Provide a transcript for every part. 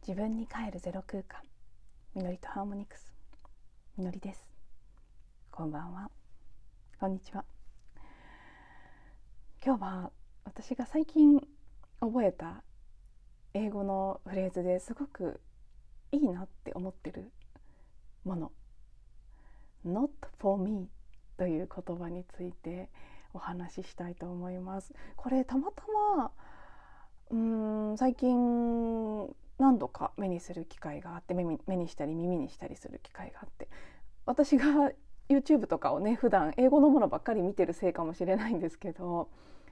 自分に帰るゼロ空間、みのりとハーモニクス、みのりです。こんばんは、こんにちは。今日は私が最近覚えた英語のフレーズですごくいいなって思ってるもの、 Not for me という言葉についてお話ししたいと思います。これたまたま最近何度か目にする機会があって、目にしたり耳にしたりする機会があって、私が YouTube とかをね普段英語のものばっかり見てるせいかもしれないんですけど、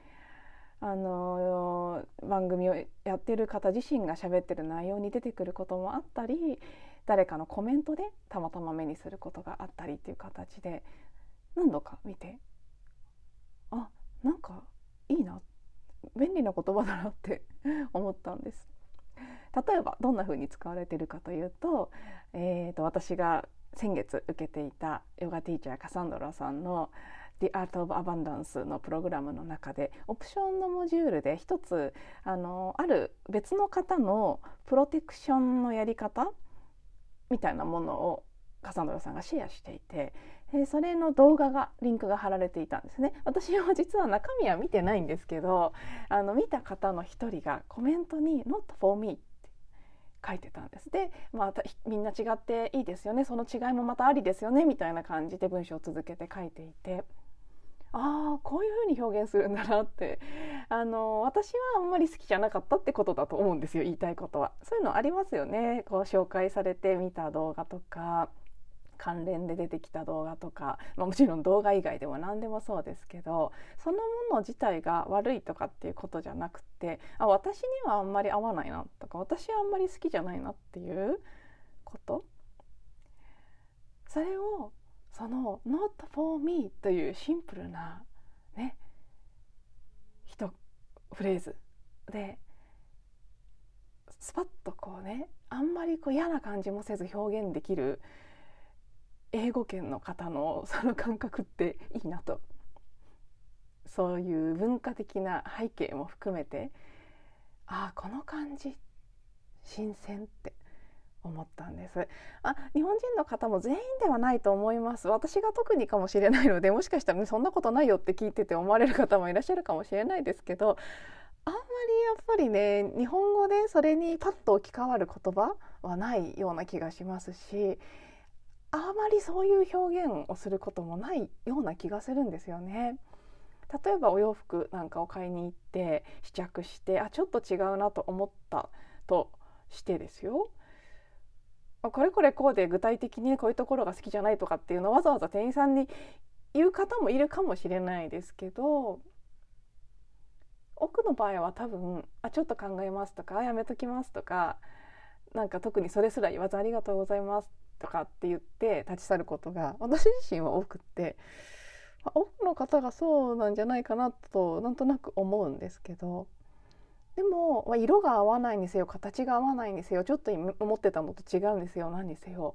番組をやってる方自身が喋ってる内容に出てくることもあったり、誰かのコメントでたまたま目にすることがあったりっていう形で何度か見て、なんかいいな、便利な言葉だなって思ったんです。例えばどんな風に使われているかというと、私が先月受けていたヨガティーチャーカサンドラさんの The Art of Abundance のプログラムの中で、オプションのモジュールで一つある別の方のプロテクションのやり方みたいなものをカサンドラさんがシェアしていて、それの動画がリンクが貼られていたんですね。私は実は中身は見てないんですけど、見た方の一人がコメントに Not for me って書いてたんです。で、みんな違っていいですよね、その違いもまたありですよねみたいな感じで文章を続けて書いていて、こういう風に表現するんだなって、私はあんまり好きじゃなかったってことだと思うんですよ。言いたいことはそういうのありますよね。こう紹介されて見た動画とか関連で出てきた動画とか、もちろん動画以外でも何でもそうですけど、そのもの自体が悪いとかっていうことじゃなくて、私にはあんまり合わないなとか、私はあんまり好きじゃないなっていうこと、それをその Not for me というシンプルなね一フレーズでスパッとこうね、あんまりこう嫌な感じもせず表現できる英語圏の方のその感覚っていいなと、そういう文化的な背景も含めて、この感じ新鮮って思ったんです。日本人の方も全員ではないと思います。私が特にかもしれないので、もしかしたら、そんなことないよって聞いてて思われる方もいらっしゃるかもしれないですけど、あんまりやっぱりね、日本語でそれにパッと置き換わる言葉はないような気がしますし、あまりそういう表現をすることもないような気がするんですよね。例えばお洋服なんかを買いに行って試着して、ちょっと違うなと思ったとしてですよ、これこれこうで具体的にこういうところが好きじゃないとかっていうのをわざわざ店員さんに言う方もいるかもしれないですけど、多くの場合は多分ちょっと考えますとか、やめときますとか、なんか特にそれすら言わずありがとうございますとかって言って立ち去ることが私自身は多くって、多くの方がそうなんじゃないかなとなんとなく思うんですけど、でも、色が合わないにせよ形が合わないにせよ、ちょっと思ってたのと違うんですよ、何にせよ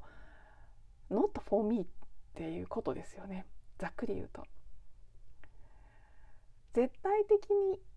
Not for me っていうことですよね。ざっくり言うと、絶対的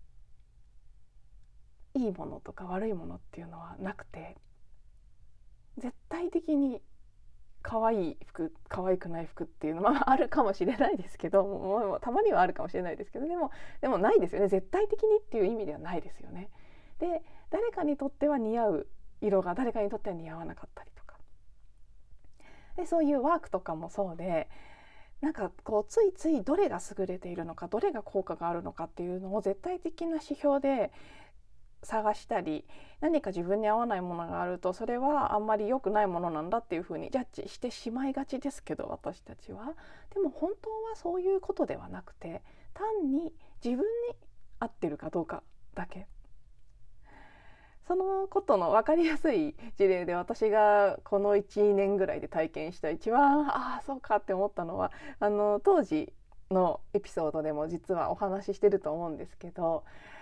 にいいものとか悪いものっていうのはなくて、絶対的に可愛い服可愛くない服っていうのはあるかもしれないですけど、もうたまにはあるかもしれないですけど、でもないですよね。絶対的にっていう意味ではないですよね。で、誰かにとっては似合う色が誰かにとっては似合わなかったりとかで、そういうワークとかもそうで、なんかこうついついどれが優れているのか、どれが効果があるのかっていうのを絶対的な指標で探したり、何か自分に合わないものがあると、それはあんまり良くないものなんだっていうふうにジャッジしてしまいがちですけど、私たちは。でも本当はそういうことではなくて、単に自分に合ってるかどうかだけ。そのことの分かりやすい事例で、私がこの1年ぐらいで体験した一番そうかって思ったのは、当時のエピソードでも実はお話ししてると思うんですけど、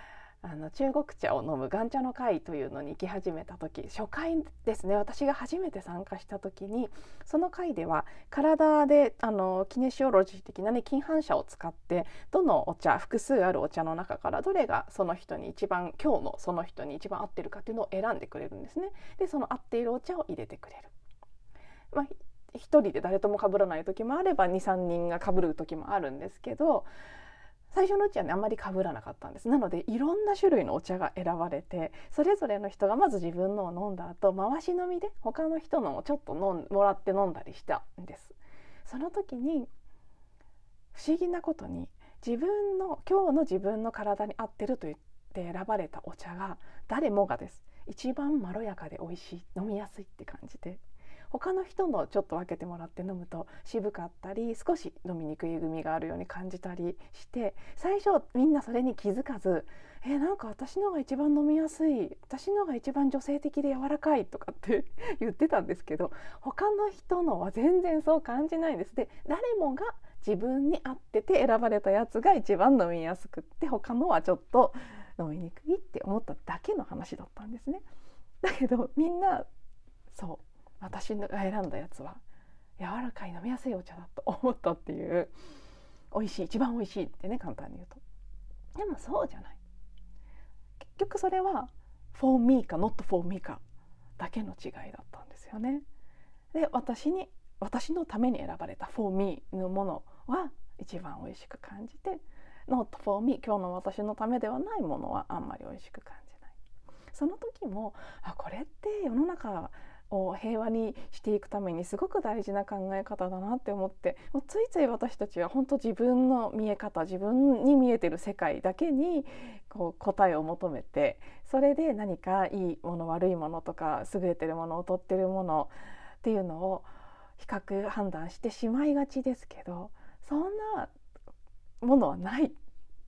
中国茶を飲む岩茶の会というのに行き始めた時、初回ですね、私が初めて参加した時に、その会では体でキネシオロジー的なね、近反射を使ってどのお茶、複数あるお茶の中からどれがその人に一番、今日のその人に一番合ってるかっていうのを選んでくれるんですね。でその合っているお茶を入れてくれる。一人で誰とも被らない時もあれば 2,3 人が被る時もあるんですけど、最初のうちはねあんまり被らなかったんです。なのでいろんな種類のお茶が選ばれて、それぞれの人がまず自分のを飲んだ後、回し飲みで他の人のをちょっともらって飲んだりしたんです。その時に不思議なことに、今日の自分の体に合ってると言って選ばれたお茶が誰もがです、一番まろやかで美味しい、飲みやすいって感じで、他の人のちょっと分けてもらって飲むと渋かったり少し飲みにくいグミがあるように感じたりして、最初みんなそれに気づかず、なんか私のが一番飲みやすい、私のが一番女性的で柔らかいとかって言ってたんですけど、他の人のは全然そう感じないんです。で、誰もが自分に合ってて選ばれたやつが一番飲みやすくって、他のはちょっと飲みにくいって思っただけの話だったんですね。だけどみんな私が選んだやつは柔らかい飲みやすいお茶だと思ったっていう、美味しい、一番美味しいってね、簡単に言うと。でもそうじゃない。結局それは for me か not for me かだけの違いだったんですよね。で、私のために選ばれた for me のものは一番美味しく感じて、 not for me、 今日の私のためではないものはあんまり美味しく感じない。その時もこれって世の中を平和にしていくためにすごく大事な考え方だなって思って、もうついつい私たちは本当自分の見え方、自分に見えてる世界だけに答えを求めて、それで何かいいもの悪いものとか優れてるもの劣ってるものっていうのを比較判断してしまいがちですけど、そんなものはない。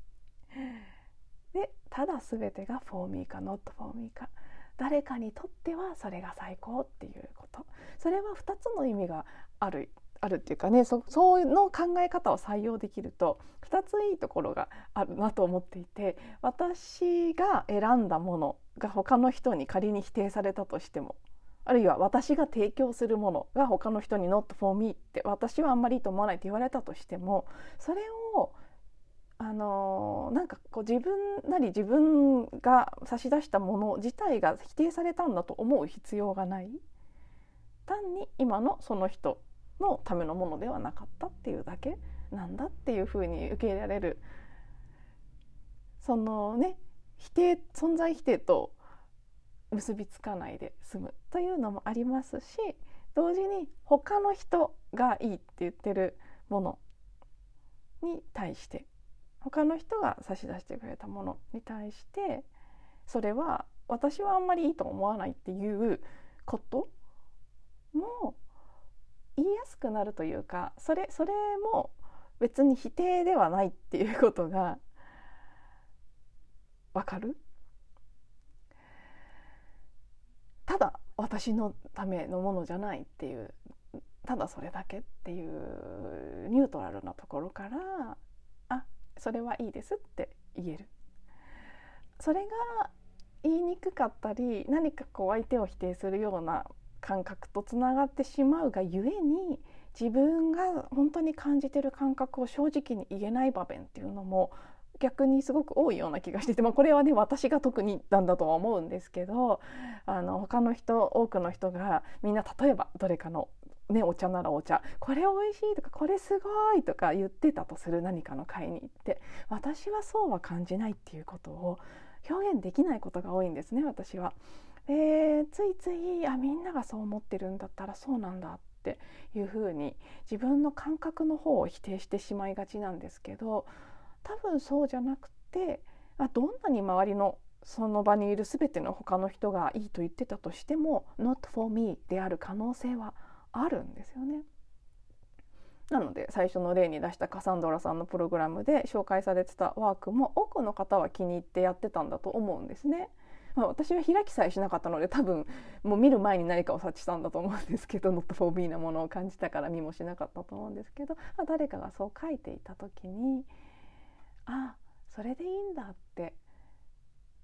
で、ただ全てが for me か not for me か、誰かにとってはそれが最高っていうこと、それは2つの意味があるっていうかね、そうの考え方を採用できると2ついいところがあるなと思っていて、私が選んだものが他の人に仮に否定されたとしても、あるいは私が提供するものが他の人に not for me って私はあんまりいいと思わないって言われたとしても、それをなんか自分が差し出したもの自体が否定されたんだと思う必要がない。単に今のその人のためのものではなかったっていうだけなんだっていうふうに受け入れられる、そのね、存在否定と結びつかないで済むというのもありますし、同時に他の人がいいって言ってるものに対して、他の人が差し出してくれたものに対して、それは私はあんまりいいと思わないっていうことも言いやすくなるというか、それも別に否定ではないっていうことがわかる。ただ私のためのものじゃないっていう、ただそれだけっていうニュートラルなところから、それはいいですって言える。それが言いにくかったり、何か相手を否定するような感覚とつながってしまうがゆえに、自分が本当に感じてる感覚を正直に言えない場面っていうのも逆にすごく多いような気がしてて、これはね私が特になんだとは思うんですけど、他の人、多くの人がみんな例えばどれかのお茶ならお茶、これ美味しいとかこれすごいとか言ってたとする、何かの会に行って、私はそうは感じないっていうことを表現できないことが多いんですね、私は。ついついみんながそう思ってるんだったらそうなんだっていうふうに自分の感覚の方を否定してしまいがちなんですけど、多分そうじゃなくて、どんなに周りのその場にいる全ての他の人がいいと言ってたとしても not for me である可能性はあるんですよね。なので最初の例に出したカサンドラさんのプログラムで紹介されてたワークも多くの方は気に入ってやってたんだと思うんですね。私は開きさえしなかったので多分もう見る前に何かを察知したんだと思うんですけど、 not for me なものを感じたから見もしなかったと思うんですけど、誰かがそう書いていた時に、それでいいんだって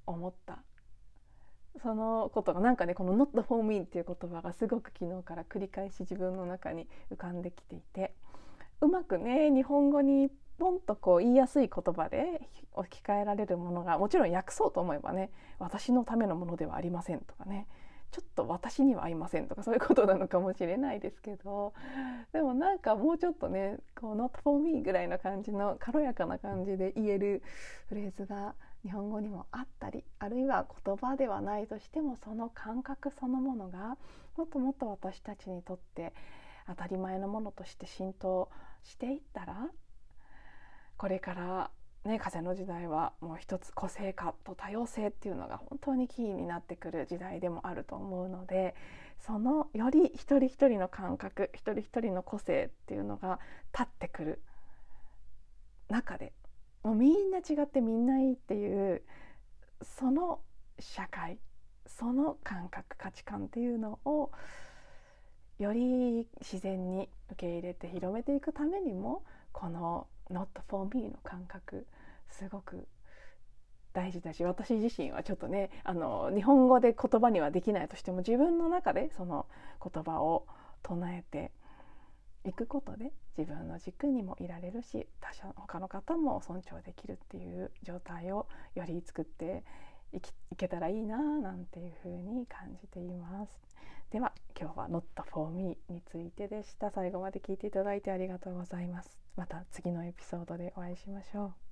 思った。そのことがなんかね、この Not for me っていう言葉がすごく昨日から繰り返し自分の中に浮かんできていて、うまくね日本語にポンとこう言いやすい言葉で置き換えられるものが、もちろん訳そうと思えばね、私のためのものではありませんとかね、ちょっと私には合いませんとか、そういうことなのかもしれないですけど、でもなんかもうちょっとねこう Not for me ぐらいな感じの軽やかな感じで言えるフレーズが日本語にもあったり、あるいは言葉ではないとしてもその感覚そのものがもっともっと私たちにとって当たり前のものとして浸透していったら、これからね、風の時代はもう一つ個性化と多様性っていうのが本当にキーになってくる時代でもあると思うので、そのより一人一人の感覚、一人一人の個性っていうのが立ってくる中で、もうみんな違ってみんないいっていうその社会、その感覚価値観っていうのをより自然に受け入れて広めていくためにも、この Not for me の感覚すごく大事だし、私自身はちょっとね日本語で言葉にはできないとしても自分の中でその言葉を唱えていくことで自分の軸にもいられるし、他の方も尊重できるっていう状態をより作っていけたらいいななんていうふうに感じています。では今日は Not for me についてでした。最後まで聞いていただいてありがとうございます。また次のエピソードでお会いしましょう。